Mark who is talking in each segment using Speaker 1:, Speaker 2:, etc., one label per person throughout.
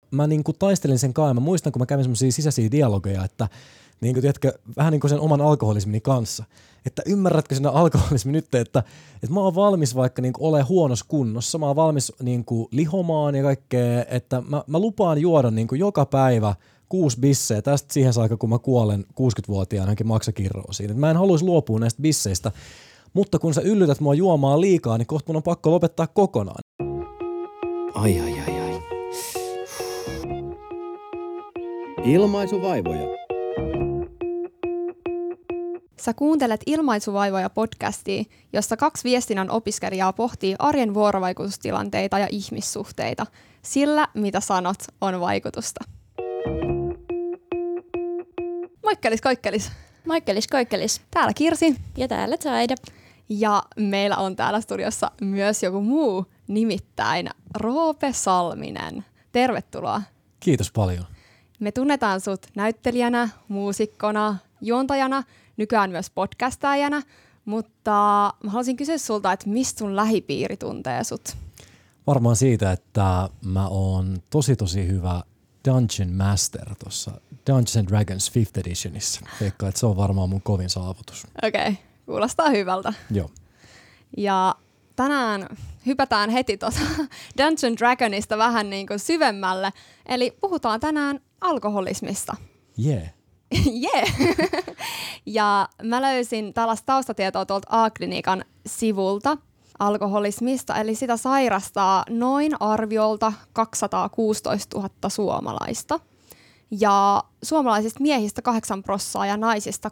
Speaker 1: mä niin kuin taistelin sen kanssa. Mä muistan, kun mä kävin semmoisia sisäisiä dialogeja, että niin kuin, tiedätkö, vähän niin kuin sen oman alkoholismini kanssa. Että ymmärrätkö sinä alkoholismi nyt, että mä oon valmis vaikka niin kuin olemaan huonossa kunnossa. Mä oon valmis niin kuin lihomaan ja kaikkea, että mä lupaan juoda niin kuin joka päivä 6 bissejä tästä siihen saakka, kun mä kuolen 60-vuotiaana johonkin maksakirroosiin. Mä en haluaisi luopua näistä bisseistä, mutta kun sä yllytät mua juomaan liikaa, niin kohta mun on pakko lopettaa kokonaan.
Speaker 2: Ai. Ilmaisuvaivoja.
Speaker 3: Sä kuuntelet Ilmaisuvaivoja podcastia, jossa 2 viestinnän opiskelijaa pohtii arjen vuorovaikutustilanteita ja ihmissuhteita. Sillä, mitä sanot, on vaikutusta. Moikkelis.
Speaker 4: Moikkelis.
Speaker 3: Täällä Kirsi.
Speaker 4: Ja täällä Saida.
Speaker 3: Ja meillä on täällä studiossa myös joku muu, nimittäin Roope Salminen. Tervetuloa.
Speaker 1: Kiitos paljon.
Speaker 3: Me tunnetaan sut näyttelijänä, muusikkona, juontajana, nykyään myös podcastaajana, mutta mä haluaisin kysyä sulta, että mistä sun lähipiiri tuntee sut?
Speaker 1: Varmaan siitä, että mä oon tosi hyvä Dungeon Master tuossa Dungeons & Dragons 5th Editionissa. Veikkaan, että se on varmaan mun kovin saavutus.
Speaker 3: Okei, kuulostaa hyvältä.
Speaker 1: Joo.
Speaker 3: Ja tänään hypätään heti Dungeons & Dragonista vähän niin kuin syvemmälle. Eli puhutaan tänään alkoholismista.
Speaker 1: Yeah.
Speaker 3: Ja mä löysin tällaista taustatietoa tuolta A-klinikan sivulta alkoholismista, eli sitä sairastaa noin arviolta 216 000 suomalaista. Ja suomalaisista miehistä 8% ja naisista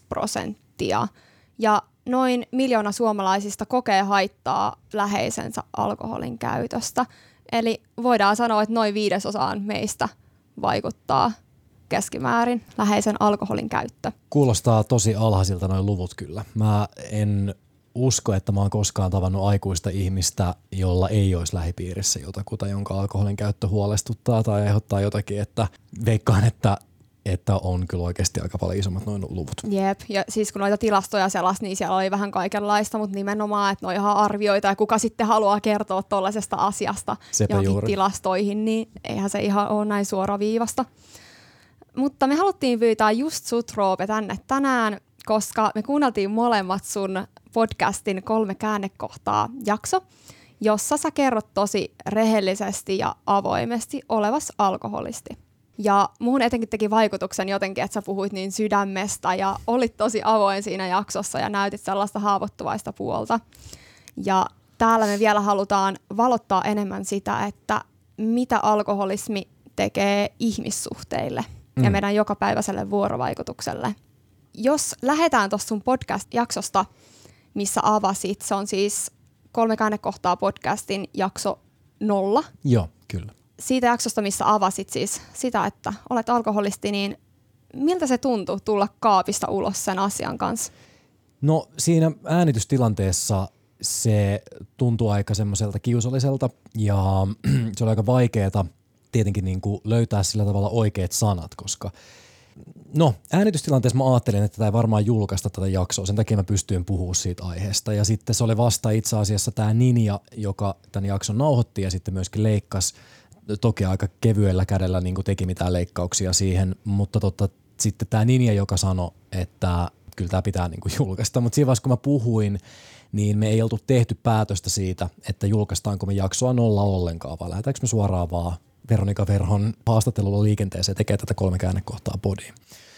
Speaker 3: 2%. Ja noin 1 miljoona suomalaisista kokee haittaa läheisensä alkoholin käytöstä. Eli voidaan sanoa, että noin 1/5 meistä vaikuttaa keskimäärin läheisen alkoholin käyttö.
Speaker 1: Kuulostaa tosi alhaisilta nuo luvut kyllä. Mä en usko, että mä oon koskaan tavannut aikuista ihmistä, jolla ei olisi lähipiirissä jotakuta, jonka alkoholin käyttö huolestuttaa tai aiheuttaa jotakin, että veikkaan, että on kyllä oikeasti aika paljon isommat noin luvut.
Speaker 3: Jep, ja siis kun noita tilastoja selasi, niin siellä oli vähän kaikenlaista, mutta nimenomaan, että ne on ihan arvioita ja kuka sitten haluaa kertoa tuollaisesta asiasta johonkin tilastoihin, niin eihän se ihan ole näin suoraviivasta. Mutta me haluttiin pyytää just sut, Roope, tänne tänään, koska me kuunneltiin molemmat sun podcastin 3 käännekohtaa jakso, jossa sä kerrot tosi rehellisesti ja avoimesti olevas alkoholisti. Ja muun etenkin teki vaikutuksen jotenkin, että sä puhuit niin sydämestä ja olit tosi avoin siinä jaksossa ja näytit sellaista haavoittuvaista puolta. Ja täällä me vielä halutaan valottaa enemmän sitä, että mitä alkoholismi tekee ihmissuhteille ja meidän jokapäiväiselle vuorovaikutukselle. Jos lähdetään tuosta sun podcast-jaksosta, missä avasit, se on siis 3 käännekohtaa podcastin jakso 0.
Speaker 1: Joo, kyllä.
Speaker 3: Siitä jaksosta, missä avasit siis sitä, että olet alkoholisti, niin miltä se tuntui tulla kaapista ulos sen asian kanssa?
Speaker 1: No siinä äänitystilanteessa se tuntui aika semmoiselta kiusalliselta ja se oli aika vaikeaa tietenkin niin kuin löytää sillä tavalla oikeat sanat, koska no äänitystilanteessa mä ajattelin, että tämä ei varmaan julkaista tätä jaksoa, sen takia mä pystyin puhumaan siitä aiheesta. Ja sitten se oli vasta itse asiassa tämä Ninja, joka tämän jakson nauhoitti ja sitten myöskin leikkasi. Toki aika kevyellä kädellä niin kuin teki mitään leikkauksia siihen, mutta sitten tämä Ninja, joka sanoi, että kyllä tämä pitää niin kuin julkaista. Mutta siinä vaiheessa, kun mä puhuin, niin me ei oltu tehty päätöstä siitä, että julkaistaanko me jaksoa 0 ollenkaan, vaan lähdetäänkö me suoraan vaan Veronika Verhon haastattelulla liikenteeseen tekee tätä 3 käännekohtaa podiin.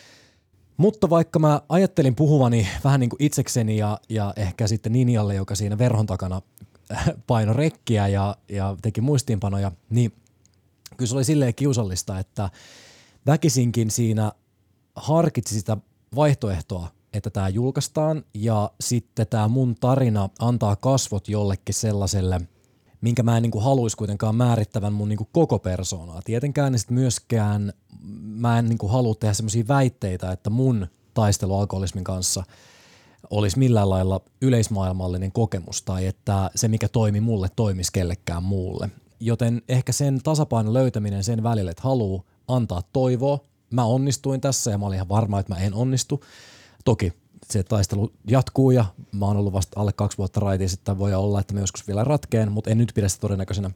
Speaker 1: Mutta vaikka mä ajattelin puhuvani vähän niin kuin itsekseni ja ehkä sitten Ninjalle, joka siinä Verhon takana paino rekkiä ja teki muistiinpanoja, niin kyllä se oli silleen kiusallista, että väkisinkin siinä harkitsi sitä vaihtoehtoa, että tämä julkaistaan ja sitten tämä mun tarina antaa kasvot jollekin sellaiselle, minkä mä en niin kuin haluaisi kuitenkaan määrittävän mun niin kuin koko persoonaa. Tietenkään, niin sitten myöskään mä en niin kuin halua tehdä sellaisia väitteitä, että mun taistelu alkoholismin kanssa olisi millään lailla yleismaailmallinen kokemus tai että se, mikä toimi mulle, toimisi kellekään muulle. Joten ehkä sen tasapainon löytäminen sen välillä, että haluaa antaa toivoa. Mä onnistuin tässä ja mä olin ihan varma, että mä en onnistu. Toki se taistelu jatkuu ja mä oon ollut vasta alle 2 vuotta raitiissa, että voi olla, että mä joskus vielä ratkeen, mutta en nyt pidä sitä todennäköisenä.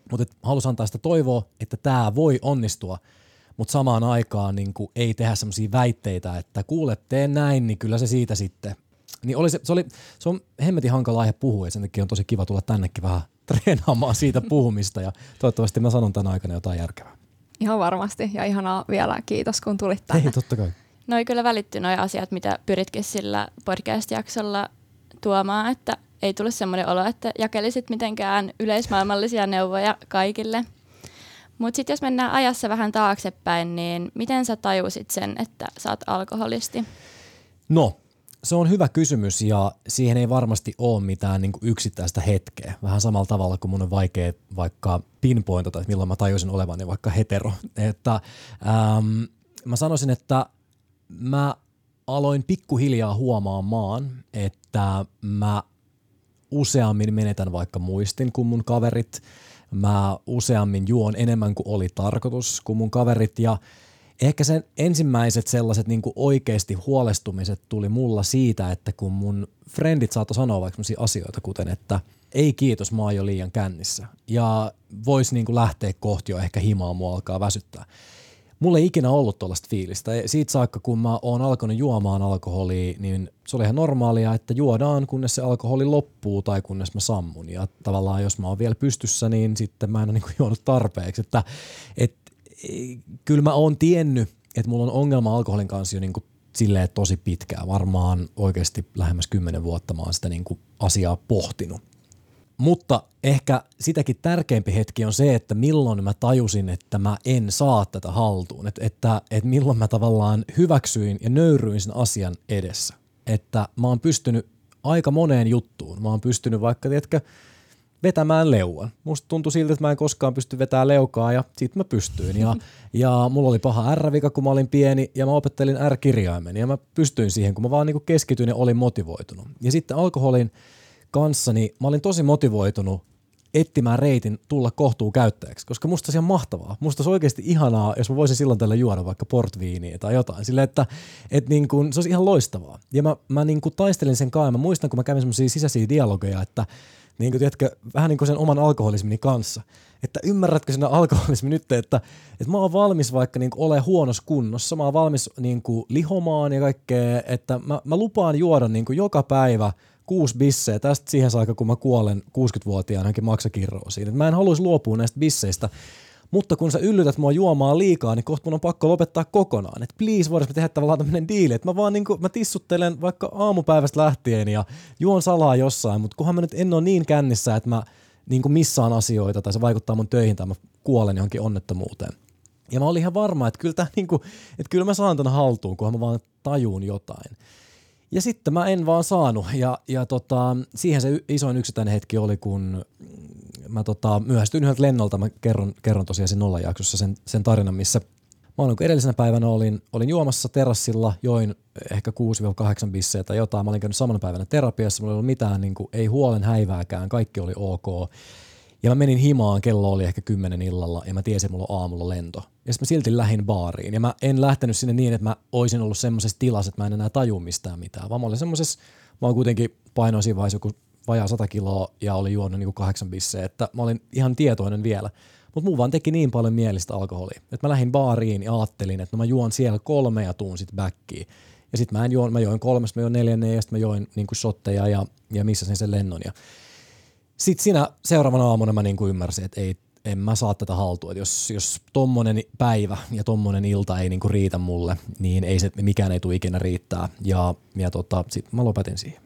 Speaker 1: Mutta halusin antaa sitä toivoa, että tämä voi onnistua, mutta samaan aikaan niin kuin ei tehdä semmoisia väitteitä, että kuule, tee näin, niin kyllä se siitä sitten. Niin se on hemmetin hankala aihe puhua, ja sen takia on tosi kiva tulla tännekin vähän treenaamaan siitä puhumista, ja toivottavasti mä sanon tämän aikana jotain järkevää.
Speaker 3: Ihan varmasti, ja ihanaa vielä kiitos, kun tulit tänne.
Speaker 1: Ei, totta kai.
Speaker 4: Noi kyllä välittyy noi asiat, mitä pyritkin sillä podcast-jaksolla tuomaan, että ei tule semmoinen olo, että jakelisit mitenkään yleismaailmallisia neuvoja kaikille. Mutta sitten jos mennään ajassa vähän taaksepäin, niin miten sä tajusit sen, että sä oot alkoholisti?
Speaker 1: No, se on hyvä kysymys ja siihen ei varmasti ole mitään niin kuin yksittäistä hetkeä. Vähän samalla tavalla kuin mun on vaikea vaikka pinpointata, että milloin mä tajusin olevani vaikka hetero. Että, mä sanoisin, että mä aloin pikkuhiljaa huomaamaan, että mä useammin menetän vaikka muistin kuin mun kaverit. Mä useammin juon enemmän kuin oli tarkoitus kuin mun kaverit ja ehkä sen ensimmäiset sellaiset niin kuin oikeasti huolestumiset tuli mulla siitä, että kun mun frendit saattoi sanoa vaikka sellaisia asioita, kuten että ei kiitos, mä oon jo liian kännissä ja vois niin kuin lähteä kohti jo ehkä himaa, mua alkaa väsyttää. Mulla ei ikinä ollut tuollaista fiilistä. Siitä saakka, kun mä oon alkanut juomaan alkoholia, niin se oli ihan normaalia, että juodaan, kunnes se alkoholi loppuu tai kunnes mä sammun. Ja tavallaan, jos mä oon vielä pystyssä, niin sitten mä en ole niin kuin juonut tarpeeksi. Kyllä mä oon tiennyt, että mulla on ongelma alkoholin kanssa jo niin kuin silleen tosi pitkään. Varmaan oikeasti lähemmäs 10 vuotta mä oon sitä niin kuin asiaa pohtinut. Mutta ehkä sitäkin tärkeämpi hetki on se, että milloin mä tajusin, että mä en saa tätä haltuun. Että milloin mä tavallaan hyväksyin ja nöyryin sen asian edessä. Että mä oon pystynyt aika moneen juttuun. Mä oon pystynyt vaikka, tiedätkö, vetämään leuan. Musta tuntui siltä, että mä en koskaan pysty vetämään leukaa ja sit mä pystyin. Ja mulla oli paha R-vika, kun mä olin pieni ja mä opettelin R-kirjaimen ja mä pystyin siihen, kun mä vaan niinku keskityin ja olin motivoitunut. Ja sitten alkoholin kanssani mä olin tosi motivoitunut etsimään reitin tulla kohtuukäyttäjäksi, koska musta se on mahtavaa. Musta se on oikeasti ihanaa, jos mä voisin silloin tällä juoda vaikka portviiniä tai jotain. Silleen, että niin kun, se olisi ihan loistavaa. Ja mä niin kun taistelin sen kanssa. Mä muistan, kun mä kävin semmoisia sisäisiä dialogeja, että niin kun, tiedätkö, vähän niin kuin sen oman alkoholismini kanssa. Että ymmärrätkö sinä alkoholismi nyt, että mä oon valmis vaikka niin kuin olemaan huonossa kunnossa. Mä oon valmis niin kuin lihomaan ja kaikkea, että mä lupaan juoda niin kuin joka päivä 6 bissejä tästä siihen saakka, kun mä kuolen 60-vuotiaana johonkin maksakirroosiin. Mä en haluaisi luopua näistä bisseistä, mutta kun sä yllytät mua juomaan liikaa, niin kohta mun on pakko lopettaa kokonaan. Että please, voidaan me tehdä tavallaan tämmönen diili, että mä vaan niinku, mä tissuttelen vaikka aamupäivästä lähtien ja juon salaa jossain, mutta kunhan mä nyt en ole niin kännissä, että mä niinku missaan asioita tai se vaikuttaa mun töihin tai mä kuolen johonkin onnettomuuteen. Ja mä olin ihan varma, että kyllä, että kyllä mä saan tän haltuun, kunhan mä vaan tajuun jotain. Ja sitten mä en vaan saanut ja siihen se isoin yksittäinen hetki oli, kun mä myöhästyin yhdeltä lennolta. Mä kerron tosiaan sen nollajaksossa sen tarinan, missä mä olin, kun edellisenä päivänä olin juomassa terassilla, join ehkä 6-8 bissejä tai jotain. Mä olin käynyt samana päivänä terapiassa, mulla ei ollut mitään, niin kuin, ei huolen häivääkään, kaikki oli ok. Ja mä menin himaan, kello oli ehkä 10 illalla ja mä tiesin, että mulla on aamulla lento. Ja sitten mä silti lähdin baariin ja mä en lähtenyt sinne niin, että mä oisin ollut semmoisessa tilassa, että mä en enää tajua mistään mitään. Vaan mä olin semmoisessa, mä oon kuitenkin painoin siinä vaiheessa joku vajaa 100 kiloa ja olin juonut niin kuin 8 bissejä, että mä olin ihan tietoinen vielä. Mutta mun vaan teki niin paljon mielistä alkoholia, että mä lähdin baariin ja ajattelin, että no mä juon siellä 3 ja tuun sit backiin. Ja sit mä join 3, mä join 4 ja sit mä join niin kuin shotteja ja missasin sen lennon. Ja sitten siinä seuraavana aamuna mä niin kuin ymmärsin, että en mä saa tätä haltuun. Että jos tommonen päivä ja tommonen ilta ei niin kuin riitä mulle, niin mikään ei tule ikinä riittää. Ja sit mä lopetin siihen.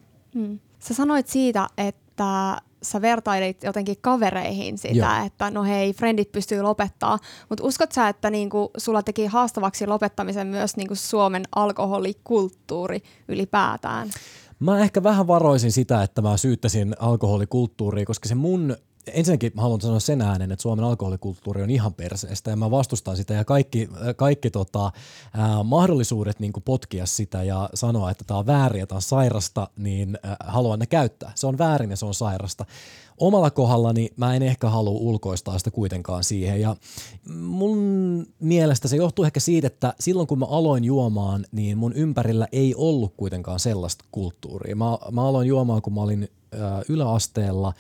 Speaker 3: Sä sanoit siitä, että sä vertailit jotenkin kavereihin sitä,
Speaker 1: Joo.
Speaker 3: että no hei, frendit pystyy lopettaa, mutta uskot sä, että niinku sulla teki haastavaksi lopettamisen myös niinku Suomen alkoholikulttuuri ylipäätään?
Speaker 1: Mä ehkä vähän varoisin sitä, että mä syyttäisin alkoholikulttuuria, koska se ensinnäkin mä haluan sanoa sen äänen, että Suomen alkoholikulttuuri on ihan perseestä ja mä vastustan sitä ja kaikki mahdollisuudet niin kuin potkia sitä ja sanoa, että tää on väärin ja tää on sairasta, niin haluan ne käyttää. Se on väärin ja se on sairasta. Omalla kohdallani mä en ehkä halua ulkoistaa sitä kuitenkaan siihen ja mun mielestä se johtuu ehkä siitä, että silloin kun mä aloin juomaan, niin mun ympärillä ei ollut kuitenkaan sellaista kulttuuria. Mä aloin juomaan, kun mä olin yläasteella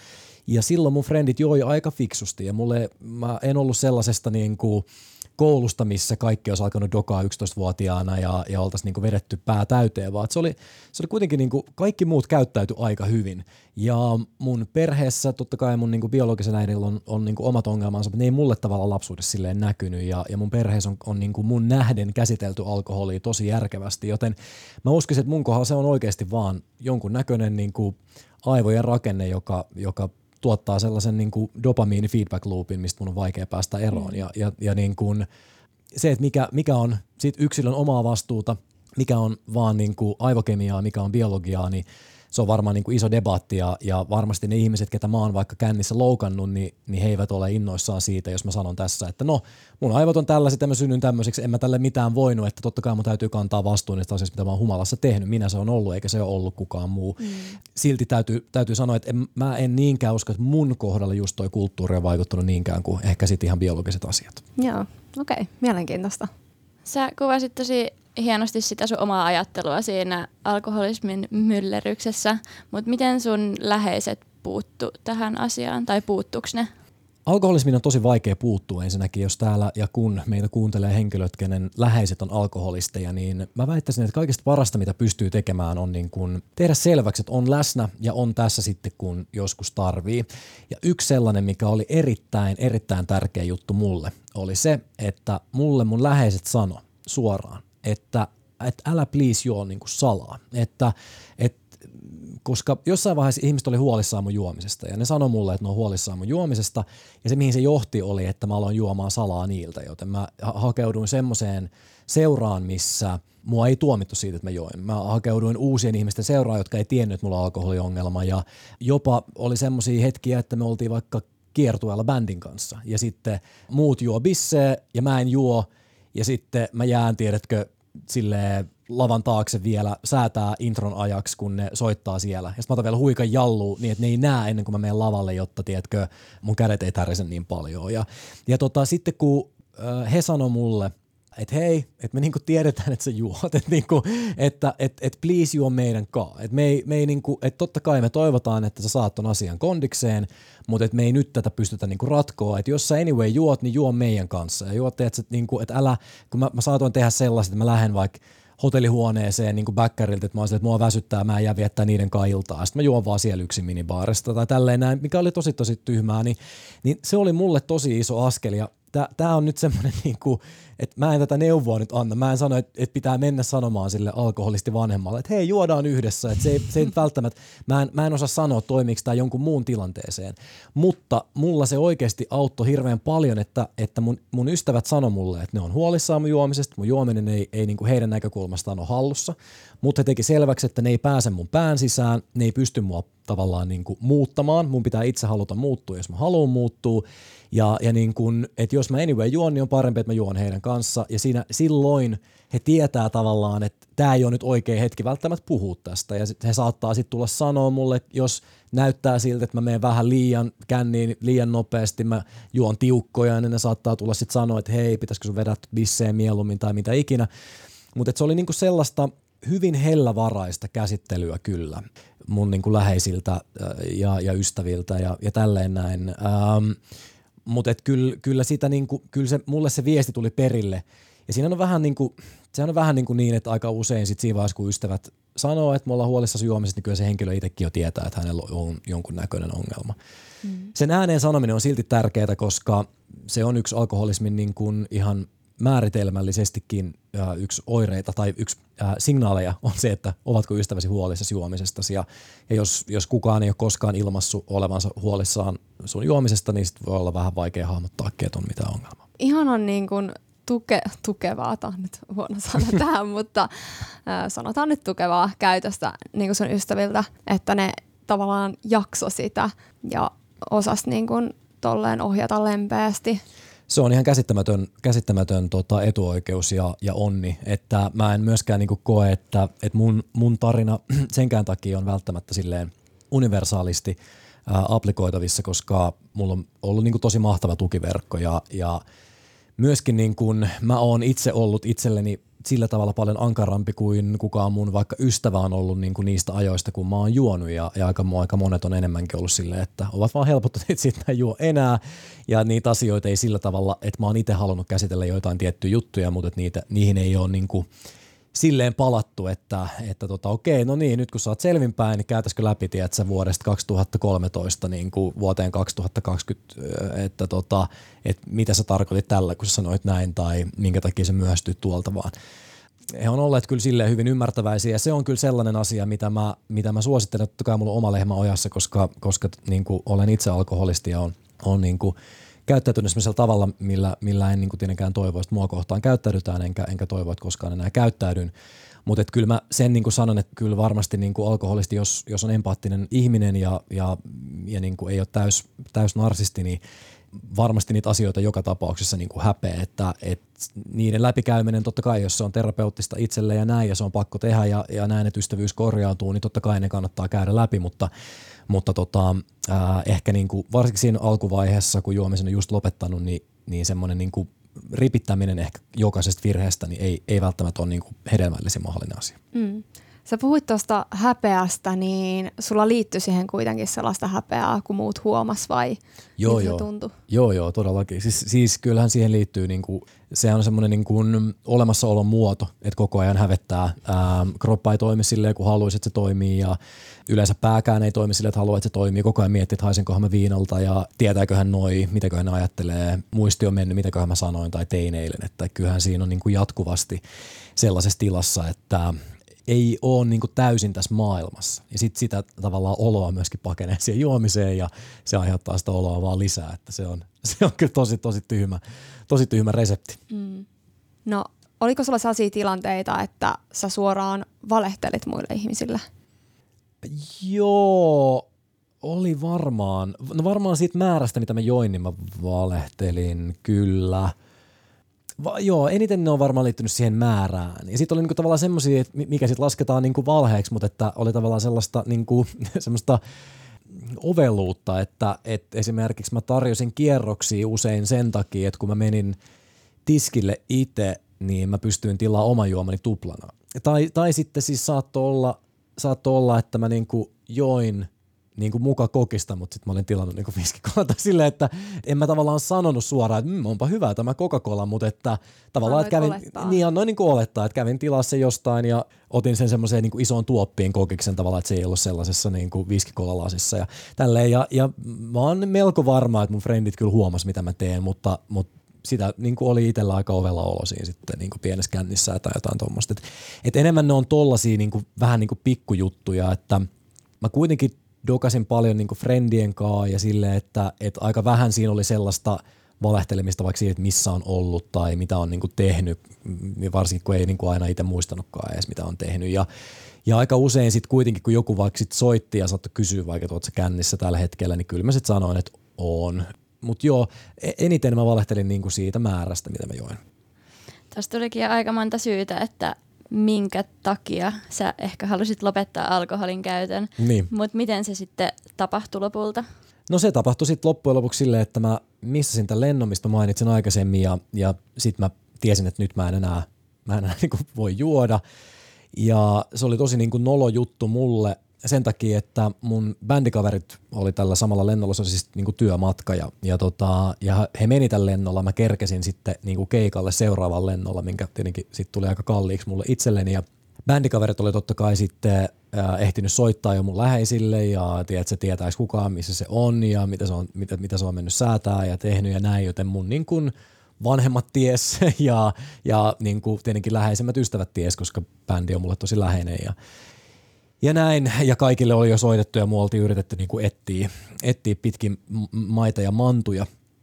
Speaker 1: Ja silloin mun frendit joi aika fiksusti ja mä en ollut sellaisesta niinku koulusta, missä kaikki olisi alkanut dokaa 11-vuotiaana ja oltaisiin niinku vedetty pää täyteen, vaan se oli kuitenkin niinku, kaikki muut käyttäytyi aika hyvin. Ja mun perheessä totta kai mun niinku biologisen äidillä on niinku omat ongelmansa, mutta ne ei mulle tavallaan lapsuudessa silleen näkynyt ja mun perheessä on niinku mun nähden käsitelty alkoholia tosi järkevästi, joten mä uskisin, että mun kohdalla se on oikeasti vaan jonkun näköinen niinku aivojen rakenne, joka tuottaa sellaisen niin kuin dopamiini feedback loopin, mistä mun on vaikea päästä eroon. Ja niin kuin se, että mikä on sit yksilön omaa vastuuta, mikä on vaan niin kuin aivokemiaa, mikä on biologiaa, niin se on varmaan niin kuin iso debatti ja varmasti ne ihmiset, ketä mä oon vaikka kännissä loukannut, niin he eivät ole innoissaan siitä, jos mä sanon tässä, että no mun aivot on tällaiset ja mä synnyin tämmöiseksi, en mä tälle mitään voinut, että totta kai mun täytyy kantaa vastuun niistä asioista, mitä mä oon humalassa tehnyt. Minä se on ollut eikä se ole ollut kukaan muu. Silti täytyy sanoa, että mä en niinkään usko, että mun kohdalla just toi kulttuuri on vaikuttanut niinkään kuin ehkä sit ihan biologiset asiat.
Speaker 3: Joo, okei, mielenkiintoista.
Speaker 4: Sä kuvasit tosi hienosti sitä sun omaa ajattelua siinä alkoholismin myllerryksessä, mutta miten sun läheiset puuttu tähän asiaan tai puuttuuko ne?
Speaker 1: Alkoholismiin on tosi vaikea puuttua ensinnäkin, jos täällä ja kun meitä kuuntelee henkilöt, kenen läheiset on alkoholisteja, niin mä väittäisin, että kaikista parasta, mitä pystyy tekemään, on niin kuin tehdä selväksi, että on läsnä ja on tässä sitten, kun joskus tarvii. Ja yksi sellainen, mikä oli erittäin tärkeä juttu mulle, oli se, että mulle mun läheiset sano suoraan, että älä please juo niin kuin salaa, koska jossain vaiheessa ihmiset oli huolissaan mun juomisesta ja ne sanoi mulle, että ne on huolissaan mun juomisesta ja se mihin se johti oli, että mä aloin juomaan salaa niiltä, joten mä hakeuduin semmoiseen seuraan, missä mua ei tuomittu siitä, että mä join. Mä hakeuduin uusien ihmisten seuraan, jotka ei tiennyt, että mulla on alkoholiongelma ja jopa oli semmoisia hetkiä, että me oltiin vaikka kiertueella bändin kanssa ja sitten muut juo bisseä ja mä en juo ja sitten mä jään, tiedätkö, silleen lavan taakse vielä säätää intron ajaksi, kun ne soittaa siellä. Ja sitten mä otan vielä huikan jalluun niin, että ne ei näe ennen kuin mä menen lavalle, jotta tiedätkö, mun kädet ei tärise niin paljon. Ja sitten kun he sanoi mulle, että hei, että me niinku tiedetään, että sä juot, että please juo meidän kaa. Että että totta kai me toivotaan, että sä saat ton asian kondikseen, mutta että me ei nyt tätä pystytä niinku ratkoa. Että jos sä anyway juot, niin juo meidän kanssa. Ja juot, että älä, kun mä saatoin tehdä sellaista, että mä lähden vaikka hotellihuoneeseen niin kuin bäkkäriltä, että mä oon sille, että mua väsyttää, mä en jää viettää niiden kai iltaa. Sitten mä juon vaan siellä yksin minibaarista tai tälleen näin, mikä oli tosi tyhmää, niin se oli mulle tosi iso askel ja tää on nyt semmoinen, että mä en tätä neuvoa nyt anna. Mä en sano, että pitää mennä sanomaan sille alkoholisti vanhemmalle, että hei, juodaan yhdessä. Että se ei välttämättä, mä en osaa sanoa, toimiiko tämä jonkun muun tilanteeseen. Mutta mulla se oikeasti auttoi hirveän paljon, että mun ystävät sanoi mulle, että ne on huolissaan mun juomisesta. Mun juominen ei niin kuin heidän näkökulmastaan ole hallussa. Mutta he teki selväksi, että ne ei pääse mun pään sisään, ne ei pysty mua tavallaan niin kuin muuttamaan. Mun pitää itse haluta muuttua, jos mä haluan muuttua. Ja niin kun, että jos mä anyway juon, niin on parempi, että mä juon heidän kanssa. Ja silloin he tietää tavallaan, että tää ei ole nyt oikea hetki välttämättä puhua tästä. Ja he saattaa sitten tulla sanoa mulle, jos näyttää siltä, että mä menen vähän liian känniin, liian nopeasti, mä juon tiukkoja, niin ne saattaa tulla sitten sanoa, että hei, pitäisikö sun vedä bisseen mieluummin tai mitä ikinä. Mutta se oli niinku sellaista hyvin hellävaraista käsittelyä kyllä mun niinku läheisiltä ja ystäviltä ja tälleen näin. Mutta kyllä sitä niinku, kyllä se mulle se viesti tuli perille ja siinä on vähän niinku, sehän on vähän niin, että aika usein sit siinä vaiheessa, kun ystävät sanoo, että me ollaan huolissaan juomisesta, niin kyllä se henkilö itsekin jo tietää, että hänellä on jonkun näköinen ongelma. Sen ääneen sanominen on silti tärkeää, koska se on yksi alkoholismin niin kuin ihan määritelmällisestikin yksi oireita tai yksi signaaleja on se, että ovatko ystäväsi huolissasi juomisestasi ja jos kukaan ei ole koskaan ilmassut olevansa huolissaan sun juomisesta, niin sit voi olla vähän vaikea hahmottaa, että on mitään ongelmaa.
Speaker 3: Ihan on niin kuin tukevaa, tämä on nyt huono sana tähän, mutta sanotaan nyt tukevaa käytöstä niin kuin sun ystäviltä, että ne tavallaan jakso sitä ja osas niin kuin tolleen ohjata lempeästi.
Speaker 1: Se on ihan käsittämätön etuoikeus ja onni, että mä en myöskään niinku koe, että mun tarina senkään takia on välttämättä silleen universaalisti applikoitavissa, koska mulla on ollut niinku tosi mahtava tukiverkko ja myöskin niinku mä oon itse ollut itselleni sillä tavalla paljon ankarampi kuin kukaan mun vaikka ystävä on ollut niin kuin niistä ajoista, kun mä oon juonut ja aika monet on enemmänkin ollut silleen, että ovat vaan helpottuneet siitä, että juo enää ja niitä asioita ei sillä tavalla, että mä oon itse halunnut käsitellä joitain tiettyjä juttuja, mutta että niihin ei ole niin kuin silleen palattu, että okei, no niin, nyt kun sä oot selvinpäin, niin käytäisikö läpi, tiedätkö, vuodesta 2013 niin kuin vuoteen 2020, että mitä sä tarkoitit tällä, kun sä sanoit näin, tai minkä takia sä myöhästyt tuolta vaan. He on olleet kyllä silleen hyvin ymmärtäväisiä, ja se on kyllä sellainen asia, mitä mä suosittelen, että totta kai mulla on oma lehmä ojassa, koska niin kuin olen itse alkoholisti ja on niin kuin käyttäytynyt sellaisella tavalla, millä en niin kuin tietenkään toivo, että mua kohtaan käyttäydytään, enkä toivo, että koskaan enää käyttäydyn. Mutta kyllä mä sen niin kuin sanon, että kyllä varmasti niin kuin alkoholisti, jos on empaattinen ihminen ja niin kuin ei ole täys narsisti, niin varmasti niitä asioita joka tapauksessa niin kuin häpeä, että niiden läpikäyminen totta kai, jos se on terapeuttista itselle ja näin, ja se on pakko tehdä ja näin, että ystävyys korjautuu, niin totta kai ne kannattaa käydä läpi, mutta ehkä niin kuin, varsinkin siinä alkuvaiheessa, kun juomisen on just lopettanut, niin semmoinen niin kuin ripittäminen ehkä jokaisesta virheestä niin ei välttämättä ole niin kuin hedelmällisin mahdollinen asia.
Speaker 3: Mm. Sä puhuit tuosta häpeästä, niin sulla liittyi siihen kuitenkin sellaista häpeää, kun muut huomas vai miltä se tuntui?
Speaker 1: Joo, todellakin. Siis kyllähän siihen liittyy, niin kuin, se on semmoinen niin kuin olemassaolon muoto, että koko ajan hävettää. Kroppa ei toimi silleen, kun haluaisi, että se toimii ja yleensä pääkään ei toimi silleen, että haluaa, että se toimii. Koko ajan miettii, että haisenkohan mä viinalta ja tietääköhän mitäköhän ne ajattelee. Muisti on mennyt, mitäköhän mä sanoin tai tein eilen. Että kyllähän siinä on niin kuin jatkuvasti sellaisessa tilassa, että ei ole niin kuin täysin tässä maailmassa. Ja sitten sitä tavallaan oloa myöskin pakenee siihen juomiseen ja se aiheuttaa sitä oloa vaan lisää. Että se on kyllä tosi tyhmä resepti. Mm.
Speaker 3: No, oliko sulla sellaisia tilanteita, että sä suoraan valehtelit muille ihmisille?
Speaker 1: Joo, oli varmaan. No varmaan siitä määrästä, mitä mä join, niin mä valehtelin kyllä. Joo, eniten ne on varmaan liittynyt siihen määrään. Ja sitten oli niinku tavallaan semmoisia, mikä sitten lasketaan niinku valheeksi, mutta että oli tavallaan sellaista niinku, semmoista oveluutta, että esimerkiksi mä tarjosin kierroksia usein sen takia, että kun mä menin tiskille itse, niin mä pystyin tilaa oman juomani tuplana. Tai sitten siis saattoi olla, että mä niinku join niinku muka kokista, mutta sitten mä olin tilannut niinku viskikola tai silleen, että en mä tavallaan sanonut suoraan, että onpa hyvä tämä Coca-Cola, mutta että tavallaan, että annoin niinku olettaa, että kävin tilaa se jostain ja otin sen semmoiseen niinku isoon tuoppiin kokiksen tavallaan, että se ei ollut sellaisessa niinku viskikolalasissa ja tälleen. Ja mä oon melko varma, että mun frendit kyllä huomas, mitä mä teen, mutta sitä niinku oli itsellä aika ovella olo siinä sitten niinku pienessä kännissä tai jotain tuommoista. Et enemmän ne on tollasia niinku, vähän niinku pikkujuttuja, että mä kuitenkin dokasin paljon niinku friendien kaa ja silleen, että aika vähän siinä oli sellaista valehtelemista vaikka siitä, että missä on ollut tai mitä on niinku tehnyt, varsinkin kun ei niinku aina itse muistanutkaan edes mitä on tehnyt. Ja aika usein sitten kuitenkin, kun joku vaikka sit soitti ja saattoi kysyä vaikka, että oot sä kännissä tällä hetkellä, niin kyllä mä sitten sanoin, että on. Mutta joo, eniten mä valehtelin niinku siitä määrästä, mitä mä join.
Speaker 4: Tästä tulikin aika monta syytä, että minkä takia sä ehkä halusit lopettaa alkoholin käytön,
Speaker 1: niin.
Speaker 4: Mutta miten se sitten tapahtui lopulta?
Speaker 1: No se tapahtui sitten loppujen lopuksi silleen, että mä missasin tämän lennon, mistä mainitsin aikaisemmin ja sitten mä tiesin, että nyt mä en enää niin kuin voi juoda ja se oli tosi niin kuin nolo juttu mulle sen takia, että mun bändikaverit oli tällä samalla lennolla, se oli siis niin kuin työmatka ja he meni tällä lennolla, mä kerkesin sitten niin kuin keikalle seuraavan lennolla, minkä tietenkin sitten tuli aika kalliiksi mulle itselleni ja bändikaverit oli totta kai sitten ehtinyt soittaa jo mun läheisille ja tiedät, se tietäisi kukaan, missä se on ja mitä se on mennyt säätää ja tehnyt ja näin, joten mun niin kuin vanhemmat ties ja niin kuin tietenkin läheisemmät ystävät ties, koska bändi on mulle tosi läheinen ja näin, ja kaikille oli jo soitettu ja mua oltiin yritetty niin kuin etsiä pitkin maita ja mantuja.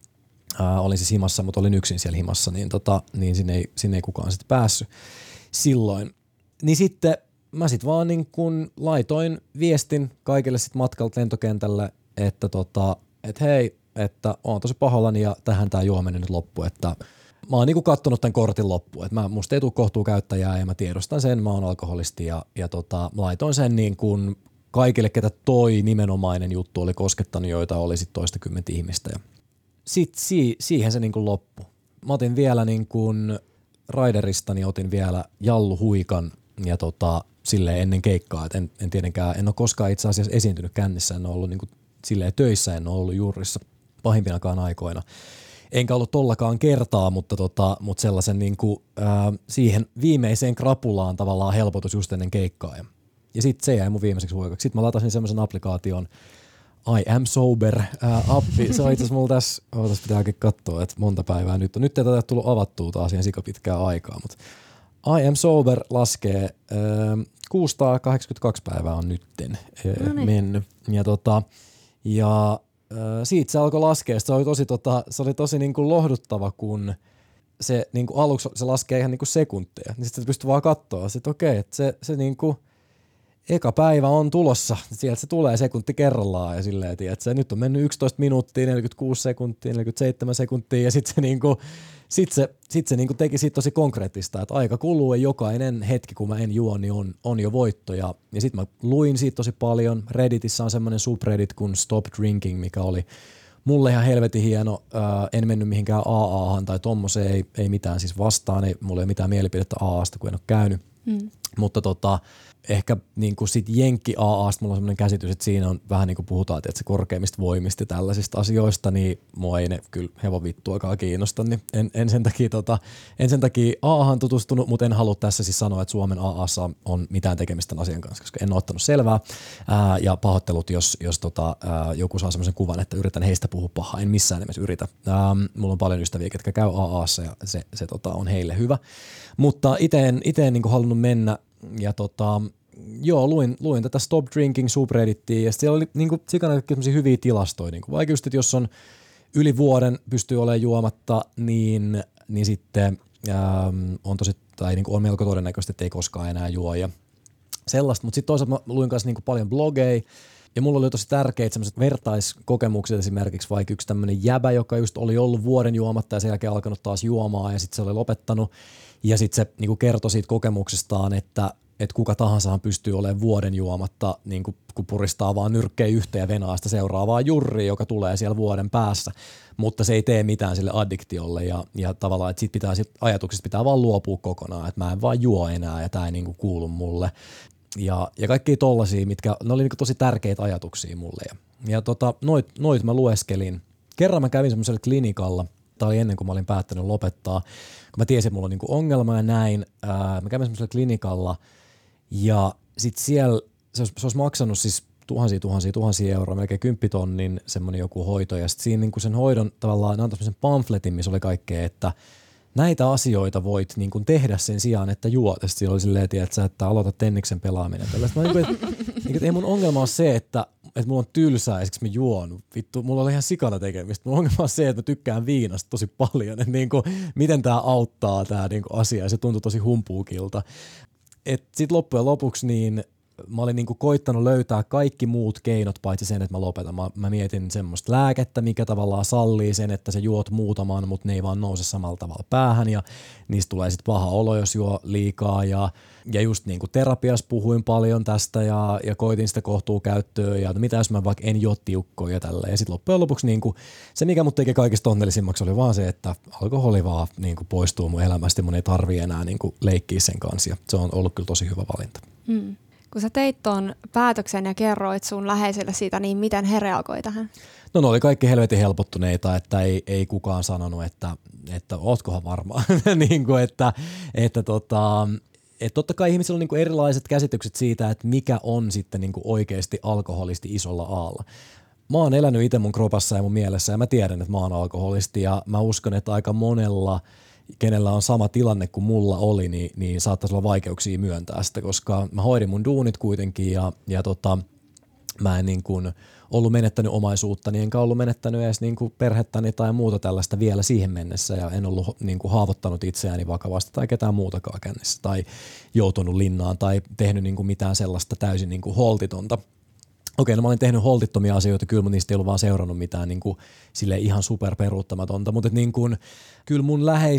Speaker 1: Olin siis himassa, mutta olin yksin siellä himassa, niin sinne ei kukaan sitten päässyt silloin. Niin sitten mä sitten vaan niin kun laitoin viestin kaikille sitten matkalta lentokentälle, että hei, että oon tosi pahoillani ja tähän tää juominen nyt loppu, että mä oon niinku kattonut tämän kortin loppuun, että musta ei tule kohtuu käyttäjää ja mä tiedostan sen, mä oon alkoholisti ja laitoin sen niin kuin kaikille, ketä toi nimenomainen juttu oli koskettanut, joita oli sitten toistakymmentä ihmistä ja sitten siihen se niin kuin loppui. Mä otin vielä niin kuin Raiderista, niin otin vielä jalluhuikan ja silleen ennen keikkaa, että en tietenkään, en ole koskaan itse asiassa esiintynyt kännissä, en ole ollut niinku silleen töissä, en ole ollut juurissa pahimpinakaan aikoina. Enkä ollut tollakaan kertaa, mutta sellaisen niinku, siihen viimeiseen krapulaan tavallaan helpotus just ennen keikkaa. Ja sitten se jäi mun viimeiseksi huikaksi. Sitten mä latasin semmoisen applikaation, I am sober appi. Se on itse asiassa mulla tässä, pitääkin katsoa, että monta päivää nyt on. Nyt ei tätä tullut avattua taas ihan sikapitkää aikaa, mutta I am sober laskee 682 päivää on nytten mennyt. Ja siitä se alkoi laskea. Se oli tosi niin kuin lohduttava, kun se niin kuin aluksi se laskee ihan niin kuin sekunteja. Niin sitten pystyy vaan katsoa, että okei, että se niin kuin eka päivä on tulossa. Sieltä se tulee sekunti kerrallaan ja silleen, että nyt on mennyt 11 minuuttia, 46 sekuntia, 47 sekuntia ja sitten se niinku sit se niinku teki siitä tosi konkreettista, että aika kuluu ja jokainen hetki, kun mä en juo, niin on jo voitto. Ja sitten mä luin siitä tosi paljon. Redditissä on semmoinen subreddit kuin Stop Drinking, mikä oli mulle ihan helvetin hieno. En mennyt mihinkään AAhan tai tommoseen, ei mitään siis vastaan. Mulla ei ole mitään mielipidettä AAsta, kun en ole käynyt. Mutta ehkä niin kuin sit Jenkki AAsta mulla on semmoinen käsitys, että siinä on vähän niin kuin puhutaan, että se korkeimmista voimista ja tällaisista asioista, niin mua ei ne kyllä hevon vittuakaan kiinnosta, niin en sen takia AAhan tutustunut, mutta en halua tässä siis sanoa, että Suomen AAssa on mitään tekemistä tämän asian kanssa, koska en ole ottanut selvää ja pahoittelut, jos joku saa semmoisen kuvan, että yritän heistä puhua pahaa, en missään nimessä yritä. Mulla on paljon ystäviä, ketkä käy AAssa ja se on heille hyvä, mutta itse en niin kuin halunnut mennä. Ja luin tätä Stop Drinking subreddittiä ja siellä oli niinku sikana semmoisia hyviä tilastoja. Niinku vaikka just, että jos on yli vuoden pystyy olemaan juomatta, niin sitten on melko todennäköistä, että ei koskaan enää juo ja sellaista. Mutta sitten toisaalta mä luin kanssa niinku paljon blogeja ja mulla oli tosi tärkeitä semmoiset vertaiskokemukset, esimerkiksi vaikka yksi tämmöinen jäbä, joka just oli ollut vuoden juomatta ja sen jälkeen alkanut taas juomaan ja sitten se oli lopettanut. Ja sitten se niinku kertoi siitä kokemuksestaan, että kuka tahansa pystyy olemaan vuoden juomatta, niinku, kun puristaa vaan nyrkkejä yhteen ja venaa sitä seuraavaa jurria, joka tulee siellä vuoden päässä. Mutta se ei tee mitään sille addiktiolle ja tavallaan, että ajatuksista pitää vaan luopua kokonaan, että mä en vaan juo enää ja tää ei niinku kuulu mulle. Ja kaikkia tollaisia, mitkä ne oli niinku tosi tärkeitä ajatuksia mulle. Ja noit mä lueskelin. Kerran mä kävin semmoisella klinikalla. Tämä oli ennen kuin mä olin päättänyt lopettaa, kun mä tiesin, että mulla on niinku ongelma ja näin. Mä kävin semmoisella klinikalla ja sit siellä se olisi maksanut siis tuhansia euroa, melkein 10 000 semmoinen joku hoito. Ja sit siinä niinku sen hoidon tavallaan ne antoi semmoisen pamfletin, missä oli kaikkea, että näitä asioita voit niinku tehdä sen sijaan, että juot. Ja sit siinä oli silleen, että aloita tenniksen pelaaminen. Ei mun ongelma on se, että mulla on tylsää ja siksi mä juon. Vittu, mulla oli ihan sikana tekemistä. Mun ongelma on se, että mä tykkään viinasta tosi paljon. Että niinku, miten tää auttaa tää niinku asia ja se tuntui tosi humpuukilta. Sit loppujen lopuksi niin mä olin niinku koittanut löytää kaikki muut keinot paitsi sen, että mä lopetan. Mä mietin semmoista lääkettä, mikä tavallaan sallii sen, että sä juot muutaman, mutta ne ei vaan nouse samalla tavalla päähän ja niistä tulee sitten paha olo, jos juo liikaa ja just niinku terapiassa puhuin paljon tästä ja koitin sitä kohtuukäyttöä ja mitä jos mä vaikka en juo tiukkoja ja tällä. Ja sitten loppujen lopuksi niinku, se, mikä mut teki kaikista onnellisimmaksi oli vaan se, että alkoholi vaan niinku poistuu mun elämästä ja mun ei tarvii enää niinku leikkiä sen kanssa ja se on ollut kyllä tosi hyvä valinta.
Speaker 3: Kun sä teit ton päätöksen ja kerroit sun läheisille siitä, niin miten he reagoi tähän? No
Speaker 1: ne oli kaikki helvetin helpottuneita, että ei kukaan sanonut, että ootkohan varma. Niin kuin, että totta kai ihmisillä on niin kuin erilaiset käsitykset siitä, että mikä on sitten niin kuin oikeasti alkoholisti isolla aalla. Mä oon elänyt itse mun kropassa ja mun mielessä ja mä tiedän, että mä oon alkoholisti ja mä uskon, että aika monella kenellä on sama tilanne kuin mulla oli, niin saattaisi olla vaikeuksia myöntää sitä, koska mä hoidin mun duunit kuitenkin ja mä en niin kuin ollut menettänyt omaisuuttani, enkä ollut menettänyt edes niin kuin perhettäni tai muuta tällaista vielä siihen mennessä ja en ollut niin kuin haavoittanut itseäni vakavasti tai ketään muutakaan kännissä tai joutunut linnaan tai tehnyt niin kuin mitään sellaista täysin niin kuin holtitonta. Okei, no mä olin tehnyt holtittomia asioita, kyllä mä niistä ei ollut vaan seurannut mitään niin kuin, silleen ihan superperuuttamatonta, mutta niin kuin, kyllä mun läheiset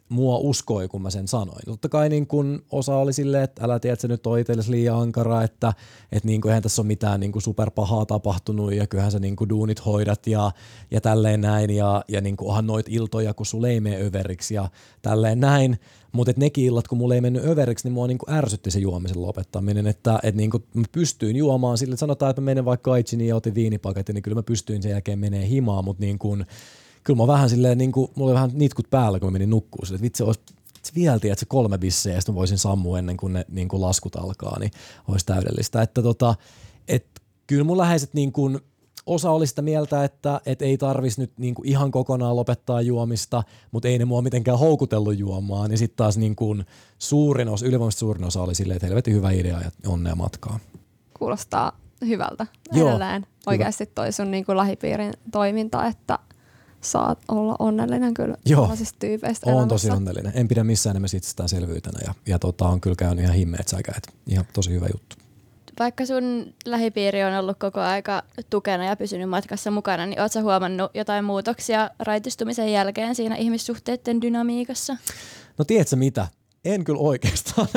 Speaker 1: mua uskoi, kun mä sen sanoin. Totta kai niin kun osa oli silleen, että älä tiedä, että se nyt on itsellesi liian ankara, että niin kuin eihän tässä ole mitään niin kuin superpahaa tapahtunut ja kyllähän sä niin kuin duunit hoidat ja tälleen näin ja niin kuin onhan noit iltoja, kun sulle ei mene överiksi ja tälleen näin. Mutta nekin illat, kun mulla ei mennyt överiksi, niin mua niinku ärsytti se juomisen lopettaminen, että niinku mä pystyin juomaan sille, että sanotaan, että mä menen vaikka Aitsiniin ja otin viinipaketin, niin kyllä mä pystyin sen jälkeen menee himaan, mutta niin kyllä mä vähän silleen, mulla oli vähän nitkut päällä, kun mä menin nukkuun, sille, että vitsi, olisi vielä tiedät, se 3 bisseä, ja sitten mä voisin sammua ennen kuin ne niinku laskut alkaa, niin olisi täydellistä. Että kyllä mun läheiset osa oli sitä mieltä, että ei tarvitsisi nyt niinku ihan kokonaan lopettaa juomista, mutta ei ne mua mitenkään houkutellut juomaan. Ja sitten taas ylivoimaisesti suurin osa oli silleen, että helvetin hyvä idea ja onnea matkaa.
Speaker 3: Kuulostaa hyvältä.
Speaker 1: Joo,
Speaker 3: edelleen. Oikeasti toi sun niinku lähipiirin toiminta, että saat olla onnellinen kyllä tällaisista tyypeistä
Speaker 1: elämässä. Oon tosi onnellinen. En pidä missään nimessä itsestäänselvyytenä ja on kyllä käynyt ihan himmeet säkäät. Ihan tosi hyvä juttu.
Speaker 4: Vaikka sun lähipiiri on ollut koko aika tukena ja pysynyt matkassa mukana, niin ootko sä huomannut jotain muutoksia raitistumisen jälkeen siinä ihmissuhteiden dynamiikassa?
Speaker 1: No tiedätkö mitä? En kyllä oikeastaan.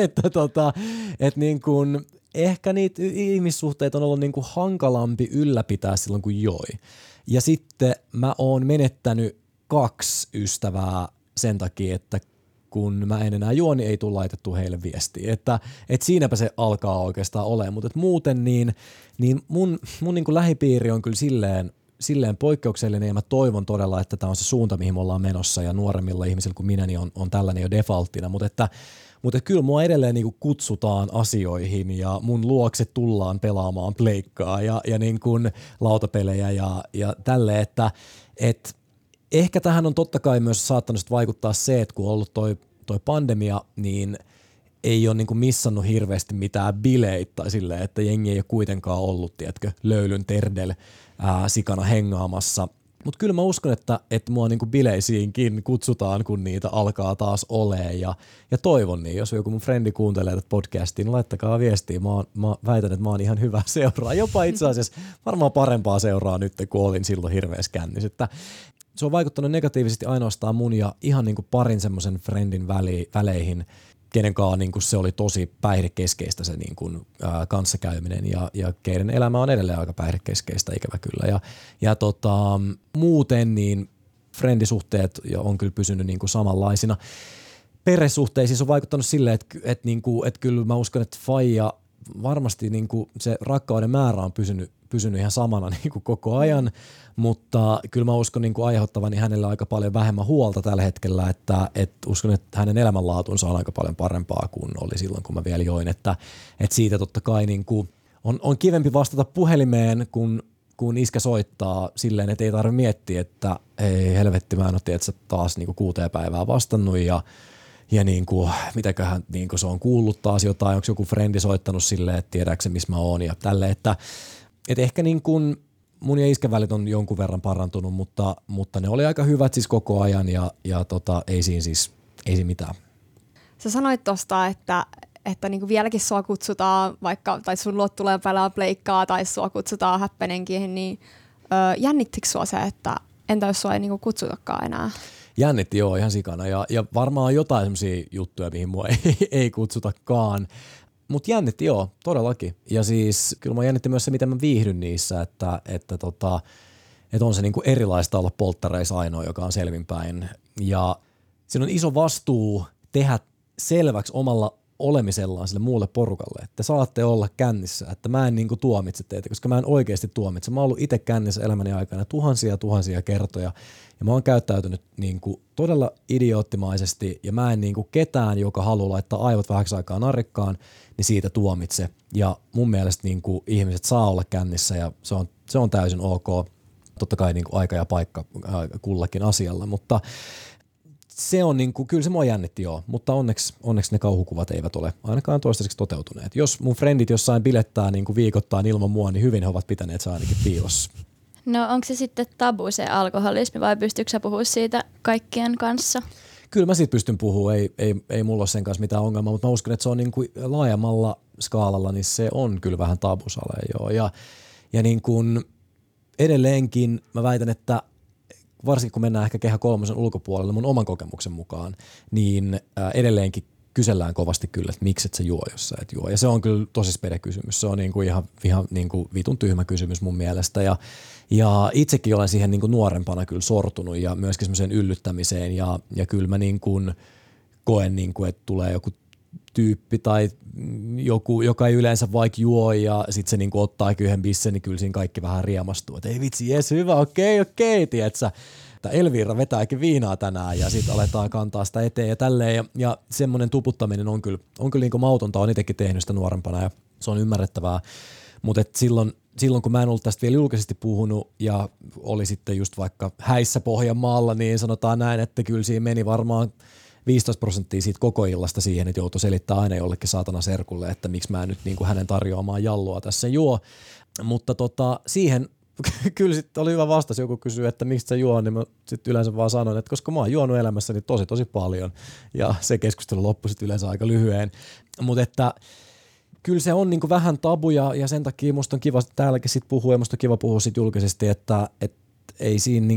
Speaker 1: että ehkä niitä ihmissuhteita on ollut hankalampi ylläpitää silloin kuin joi. Ja sitten mä oon menettänyt 2 ystävää sen takia, että kun mä en enää juo, niin ei tule laitettu heille viestiä. Että siinäpä se alkaa oikeastaan olemaan. Mutta muuten niin mun lähipiiri on kyllä silleen poikkeuksellinen ja mä toivon todella, että tämä on se suunta, mihin me ollaan menossa ja nuoremmilla ihmisillä kuin minä niin on tällainen jo defaulttina. Mutta kyllä mua edelleen kutsutaan asioihin ja mun luokse tullaan pelaamaan pleikkaa ja lautapelejä ja tälleen, että ehkä tähän on totta kai myös saattanut vaikuttaa se, että kun on ollut toi pandemia, niin ei ole missannut hirveästi mitään bileitä tai silleen, että jengi ei ole kuitenkaan ollut, tiedätkö, löylyn terdel sikana hengaamassa. Mutta kyllä mä uskon, että mua bileisiinkin kutsutaan, kun niitä alkaa taas olemaan ja toivon niin. Jos joku mun frendi kuuntelee tätä podcastia, niin laittakaa viestiä. Mä väitän, että mä oon ihan hyvä seuraa. Jopa itse asiassa varmaan parempaa seuraa nyt, kun olin silloin hirveässä kännissä. Että se on vaikuttanut negatiivisesti ainoastaan mun ja ihan parin semmoisen friendin väleihin, kenen kanssa se oli tosi päihdekeskeistä se kanssakäyminen ja keiden elämä on edelleen aika päihdekeskeistä ikävä kyllä. Muuten niin friendisuhteet on kyllä pysynyt samanlaisina. Perhesuhteisiin se on vaikuttanut silleen, että kyllä mä uskon, että faija varmasti se rakkauden määrä on pysynyt ihan samana koko ajan, mutta kyllä mä uskon aiheuttavani hänelle aika paljon vähemmän huolta tällä hetkellä, että uskon, että hänen elämänlaatunsa on aika paljon parempaa kuin oli silloin, kun mä vielä join, että siitä totta kai on kivempi vastata puhelimeen, kun iskä soittaa silleen, että ei tarvitse miettiä, että ei helvetti, mä en ole tiedä, taas 6 päivää vastannut ja mitäköhän se on kuullut taas jotain, onko joku frendi soittanut silleen, että tiedääkö se, missä mä oon ja tälleen, että ehkä mun ja iskän välit on jonkun verran parantunut, mutta ne oli aika hyvät siis koko ajan ja ei siinä mitään.
Speaker 3: Sä sanoit tosta, että vieläkin sua kutsutaan vaikka, tai sun luot tulee pelaa pleikkaa tai sua kutsutaan häppenenkin, niin jännittikö sua se, että entä jos sua ei kutsutakaan enää?
Speaker 1: Jännitti joo ihan sikana ja varmaan jotain semmoisia juttuja, mihin mua ei kutsutakaan. Mutta jännitti joo, todellakin. Ja siis kyllä mä jännitti myös se, miten mä viihdyn niissä, että on se erilaista olla polttareissa ainoa, joka on selvinpäin. Ja siinä on iso vastuu tehdä selväksi omalla olemisellaan sille muulle porukalle, että saatte olla kännissä, että mä en tuomitse teitä, koska mä en oikeasti tuomitse. Mä oon ollut itse kännissä elämäni aikana tuhansia kertoja ja mä oon käyttäytynyt todella idioottimaisesti ja mä en ketään, joka haluaa laittaa aivot vähäksi aikaa narikkaan, niin siitä tuomitse. Ja mun mielestä ihmiset saa olla kännissä ja se on täysin ok. Totta kai aika ja paikka kullakin asialla, mutta se on kyllä se mua jännitti joo, mutta onneksi ne kauhukuvat eivät ole ainakaan toistaiseksi toteutuneet. Jos mun frendit jossain bilettää viikoittain ilman mua, niin hyvin he ovat pitäneet se ainakin piilossa.
Speaker 4: No onko se sitten tabu se alkoholismi vai pystyykö sä puhua siitä kaikkien kanssa?
Speaker 1: Kyllä mä siitä pystyn puhumaan, ei mulla ole sen kanssa mitään ongelmaa, mutta mä uskon, että se on laajemmalla skaalalla, niin se on kyllä vähän tabusale joo. Ja edelleenkin mä väitän, että varsinkin kun mennään ehkä Kehä kolmosen ulkopuolelle mun oman kokemuksen mukaan, niin edelleenkin kysellään kovasti kyllä, että miksi et sä juo, jos sä et juo. Ja se on kyllä tosi spede kysymys. Se on niinku ihan niinku vitun tyhmä kysymys mun mielestä. Ja itsekin olen siihen niinku nuorempana kyllä sortunut ja myöskin semmoiseen yllyttämiseen. Ja kyllä mä niinku koen, niinku, että tulee joku tyyppi tai joku, joka ei yleensä vaikka juo ja sitten se niinku ottaa yhden bissen, niin kyllä siinä kaikki vähän riemastuu. Että ei vitsi, jes hyvä, okei, tietsä. Elvira vetääkin viinaa tänään ja sitten aletaan kantaa sitä eteen ja tälleen. Ja semmoinen tuputtaminen on kyllä niinku mautonta, on itsekin tehnyt sitä nuorempana ja se on ymmärrettävää. Mutta silloin kun mä en ollut tästä vielä julkisesti puhunut ja oli sitten just vaikka häissä Pohjanmaalla, niin sanotaan näin, että kyllä siinä meni varmaan 15% siitä koko illasta siihen, että joutui selittää aina jollekin saatana serkulle, että miksi mä nyt niinku hänen tarjoamaan jalloa tässä juo. Mutta siihen kyllä sitten oli hyvä vastaus, joku kysyy, että miksi sä juo, niin mä sitten yleensä vaan sanon, että koska mä oon juonut elämässäni tosi paljon ja se keskustelu loppui sitten yleensä aika lyhyen. Mutta että kyllä se on niinku vähän tabuja ja sen takia musta on kiva täälläkin sit puhua ja musta on kiva puhua sit julkisesti, että ei siinä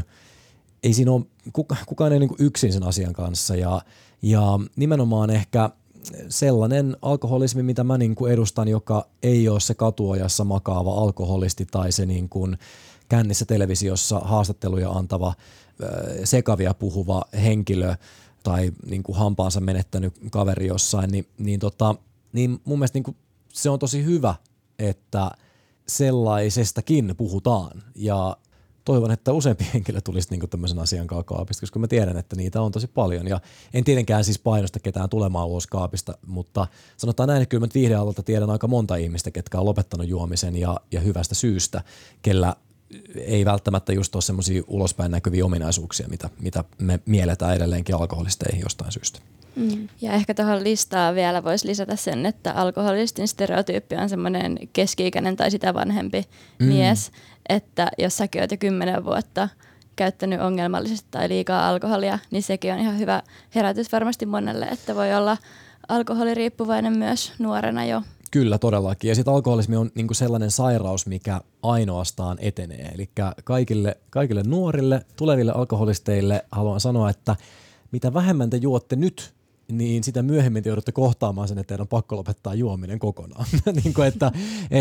Speaker 1: ole, kukaan ei niinku yksin sen asian kanssa ja nimenomaan ehkä sellainen alkoholismi, mitä mä niinku edustan, joka ei ole se katuojassa makaava alkoholisti tai se niinku kännissä televisiossa haastatteluja antava, sekavia puhuva henkilö tai niinku hampaansa menettänyt kaveri jossain, niin mun mielestä niinku se on tosi hyvä, että sellaisestakin puhutaan ja toivon, että useampi henkilö tulisi niinku tämmöisen asian kaapista, koska mä tiedän, että niitä on tosi paljon. Ja en tietenkään siis painosta ketään tulemaan ulos kaapista, mutta sanotaan näin, että kyllä mä viihdealalta tiedän aika monta ihmistä, ketkä on lopettanut juomisen ja hyvästä syystä, kellä ei välttämättä just ole semmoisia ulospäin näkyviä ominaisuuksia, mitä me mielletään edelleenkin alkoholisteihin jostain syystä.
Speaker 4: Ja ehkä tuohon listaan vielä voisi lisätä sen, että alkoholistin stereotyyppi on semmoinen keski-ikäinen tai sitä vanhempi mies, että jos säkin oot jo 10 vuotta käyttänyt ongelmallisesti tai liikaa alkoholia, niin sekin on ihan hyvä herätys varmasti monelle, että voi olla alkoholiriippuvainen myös nuorena jo.
Speaker 1: Kyllä, todellakin. Ja sitten alkoholismi on niinku sellainen sairaus, mikä ainoastaan etenee. Eli kaikille nuorille, tuleville alkoholisteille haluan sanoa, että mitä vähemmän te juotte nyt, niin sitä myöhemmin te joudutte kohtaamaan sen, että teidän on pakko lopettaa juominen kokonaan. Niin kuin, että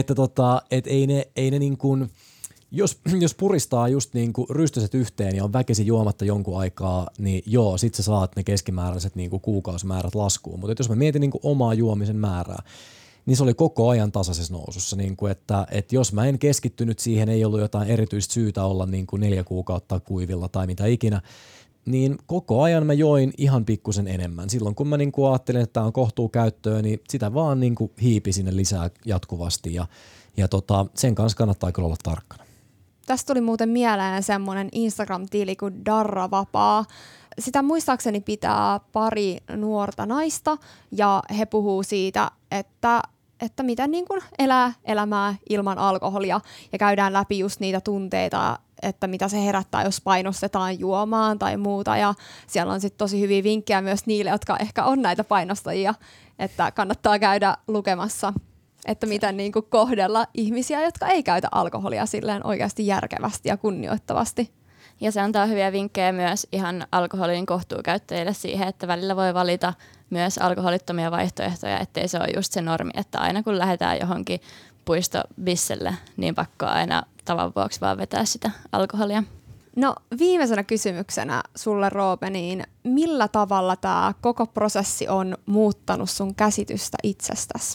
Speaker 1: ei ne niin kuin, jos puristaa just niin kuin rystyset yhteen ja on väkisin juomatta jonkun aikaa, niin joo, sit sä saat ne keskimääräiset niin kuin kuukausimäärät laskuun. Mutta jos mä mietin niin kuin omaa juomisen määrää, niin se oli koko ajan tasaisessa nousussa. Niin kuin, että jos mä en keskittynyt siihen, ei ollut jotain erityistä syytä olla niin kuin 4 kuukautta kuivilla tai mitä ikinä, niin koko ajan mä join ihan pikkusen enemmän. Silloin kun mä niinku ajattelin, että tämä on kohtuukäyttöä, niin sitä vaan niinku hiipi sinne lisää jatkuvasti ja sen kanssa kannattaa kyllä olla tarkkana.
Speaker 3: Tästä tuli muuten mieleen semmoinen Instagram-tili kuin Darra Vapaa. Sitä muistaakseni pitää pari nuorta naista ja he puhuu siitä, että miten niin kuin elää elämää ilman alkoholia ja käydään läpi just niitä tunteita, että mitä se herättää, jos painostetaan juomaan tai muuta. Ja siellä on sitten tosi hyviä vinkkejä myös niille, jotka ehkä on näitä painostajia, että kannattaa käydä lukemassa, että miten niin kuin kohdella ihmisiä, jotka ei käytä alkoholia silleen oikeasti järkevästi ja kunnioittavasti.
Speaker 4: Ja se antaa hyviä vinkkejä myös ihan alkoholin kohtuukäyttäjille siihen, että välillä voi valita myös alkoholittomia vaihtoehtoja, ettei se ole just se normi, että aina kun lähdetään johonkin puistovisselle, niin pakko aina tavan vuoksi vaan vetää sitä alkoholia.
Speaker 3: No viimeisenä kysymyksenä sulle, Roope, niin millä tavalla tämä koko prosessi on muuttanut sun käsitystä itsestäsi?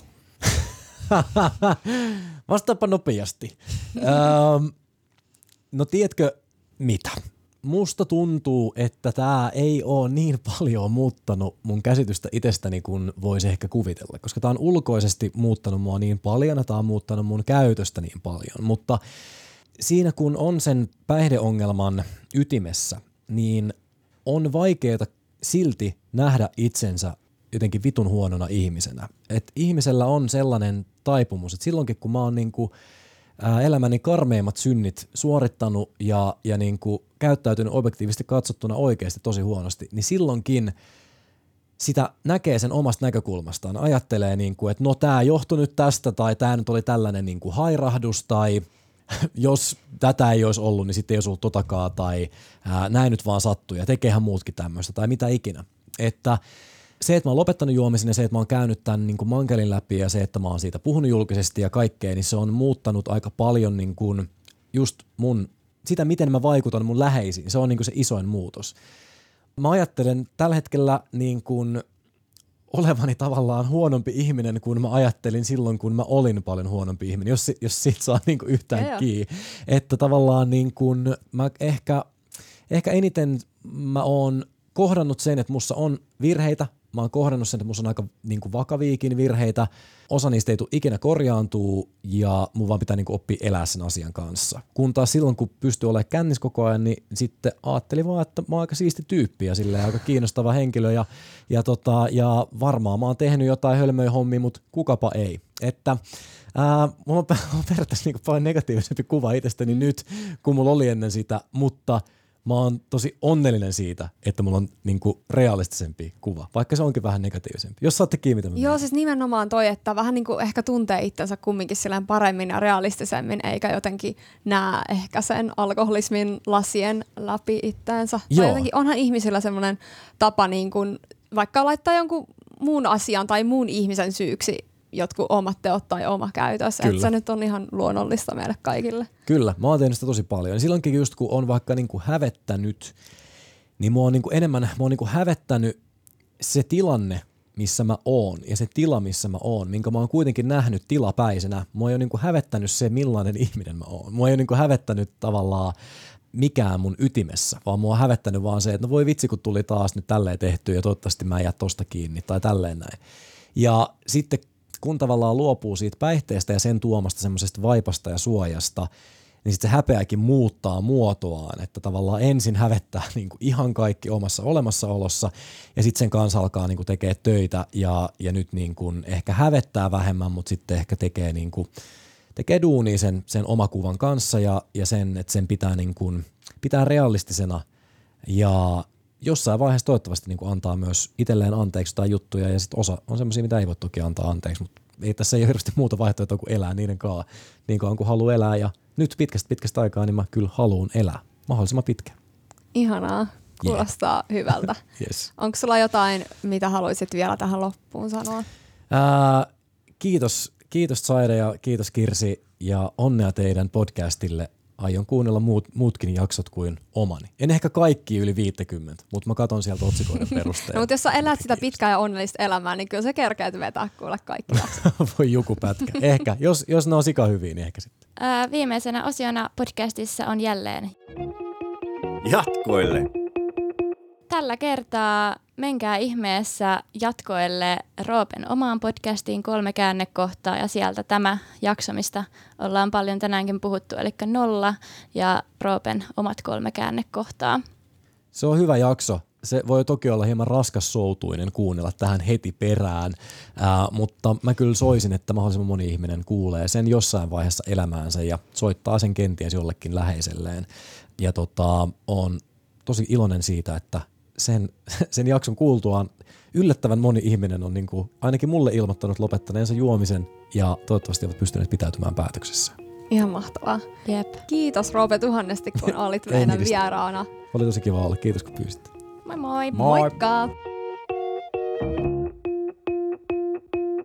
Speaker 1: Vastaapa nopeasti. No tiedätkö mitä? Musta tuntuu, että tämä ei ole niin paljon muuttanut mun käsitystä itsestäni kuin voisi ehkä kuvitella, koska tämä on ulkoisesti muuttanut mua niin paljon ja tämä on muuttanut mun käytöstä niin paljon, mutta siinä kun on sen päihdeongelman ytimessä, niin on vaikeaa silti nähdä itsensä jotenkin vitun huonona ihmisenä. Et ihmisellä on sellainen taipumus, että silloinkin kun mä oon niinku elämäni karmeimmat synnit suorittanut ja niinku käyttäytynyt objektiivisesti katsottuna oikeasti tosi huonosti, niin silloinkin sitä näkee sen omasta näkökulmastaan. Ajattelee, niinku, että no tämä johtui nyt tästä tai tämä nyt oli tällainen niinku hairahdus tai jos tätä ei olisi ollut, niin sitten ei olisi ollut totakaan tai näin nyt vaan sattuu ja tekeehän muutkin tämmöistä tai mitä ikinä. Että se, että mä oon lopettanut juomisen ja se, että mä oon käynyt tämän niin kuin mankelin läpi ja se, että mä oon siitä puhunut julkisesti ja kaikkea, niin se on muuttanut aika paljon niin kuin just sitä, miten mä vaikutan mun läheisiin. Se on niin kuin se isoin muutos. Mä ajattelen tällä hetkellä niin kuin olevani tavallaan huonompi ihminen kuin mä ajattelin silloin, kun mä olin paljon huonompi ihminen, jos siitä saa niin kuin yhtään kiinni. Että tavallaan niin kuin mä ehkä eniten mä oon kohdannut sen, että mussa on virheitä. Mä oon kohdannut sen, että mussa on aika niin kuin vakaviikin virheitä. Osa niistä ei tule ikinä korjaantuu ja mun vaan pitää niin kuin oppia elää sen asian kanssa. Kun taas silloin, kun pystyy olemaan kännis koko ajan, niin sitten ajattelin vaan, että mä oon aika siisti tyyppi ja silleen aika kiinnostava henkilö ja varmaan mä oon tehnyt jotain hölmöjä hommia, mutta kukapa ei. Että mulla on periaatteessa niin paljon negatiivisempi kuva itsestäni nyt, kuin mulla oli ennen sitä, mutta mä oon tosi onnellinen siitä, että mulla on niinku realistisempi kuva, vaikka se onkin vähän negatiivisempi. Jos saatte kiinni, mitä mä
Speaker 3: Joo, siis nimenomaan toi, että vähän niinku ehkä tuntee itsensä kumminkin silleen paremmin ja realistisemmin, eikä jotenkin näe ehkä sen alkoholismin lasien läpi itteensä. Tai jotenkin onhan ihmisillä semmoinen tapa niin kuin, vaikka laittaa jonkun muun asian tai muun ihmisen syyksi jotkut omat teot tai oma käytös. Että se nyt on ihan luonnollista meille kaikille.
Speaker 1: Kyllä, mä oon tehnyt sitä tosi paljon. Ja silloinkin just kun on vaikka niinku hävettänyt, niin mua on niinku enemmän niinku hävettänyt se tilanne, missä mä oon ja se tila, missä mä oon, minkä mä oon kuitenkin nähnyt tilapäisenä. Mua ei ole niinku hävettänyt se, millainen ihminen mä oon. Mua ei ole niinku hävettänyt tavallaan mikään mun ytimessä, vaan mua on hävettänyt vaan se, että no voi vitsi, kun tuli taas nyt tälleen tehtyä ja toivottavasti mä en jää tosta kiinni tai tälleen näin. Ja sitten kun tavallaan luopuu siitä päihteestä ja sen tuomasta semmoisesta vaipasta ja suojasta, niin sitten se häpeäkin muuttaa muotoaan, että tavallaan ensin hävettää niin kuin ihan kaikki omassa olemassaolossa ja sitten sen kanssa alkaa niin kuin tekee töitä ja nyt niin kuin ehkä hävettää vähemmän, mutta sitten ehkä tekee, niin kuin, tekee duunia sen omakuvan kanssa ja sen, että sen pitää, niin kuin, pitää realistisena ja jossain vaiheessa toivottavasti niin kuin antaa myös itselleen anteeksi tai juttuja ja sitten osa on semmoisia, mitä ei voi toki antaa anteeksi, mutta ei tässä ei ole hirveästi muuta vaihtoehtoa kuin elää niiden kanssa niin kauan kuin haluaa elää ja nyt pitkästä aikaa niin mä kyllä haluan elää mahdollisimman pitkään.
Speaker 3: Ihanaa, kuulostaa hyvältä.
Speaker 1: Yes.
Speaker 3: Onko sulla jotain, mitä haluaisit vielä tähän loppuun sanoa?
Speaker 1: Kiitos Saide ja kiitos Kirsi ja onnea teidän podcastille. Aion kuunnella muutkin jaksot kuin omani. En ehkä kaikki yli 50, mutta mä katon sieltä otsikoiden perusteella.
Speaker 3: No, mutta jos sä elät sitä pitkää ja onnellista elämää, niin kyllä sä kerkeät vetää kuule kaikki jaksot.
Speaker 1: Voi joku pätkä. Ehkä. Jos ne on sika hyviä, niin ehkä sitten.
Speaker 4: Viimeisenä osiona podcastissa on jälleen
Speaker 2: Jatkoille.
Speaker 4: Tällä kertaa menkää ihmeessä jatkoille Roopen omaan podcastiin 3 käännekohtaa ja sieltä tämä jakso, mistä ollaan paljon tänäänkin puhuttu, eli 0 ja Roopen omat 3 käännekohtaa.
Speaker 1: Se on hyvä jakso. Se voi toki olla hieman raskassoutuinen kuunnella tähän heti perään, mutta mä kyllä soisin, että mahdollisimman moni ihminen kuulee sen jossain vaiheessa elämäänsä ja soittaa sen kenties jollekin läheiselleen. Ja on tosi iloinen siitä, että sen jakson kuultuaan yllättävän moni ihminen on niin kuin ainakin mulle ilmoittanut lopettaneensa juomisen ja toivottavasti ovat pystyneet pitäytymään päätöksessä.
Speaker 3: Ihan mahtavaa.
Speaker 4: Jep.
Speaker 3: Kiitos Roope tuhannesti, kun olit meidän vieraana.
Speaker 1: Oli tosi kiva olla. Kiitos kun pyysit.
Speaker 4: Moi moi.
Speaker 3: Moikka!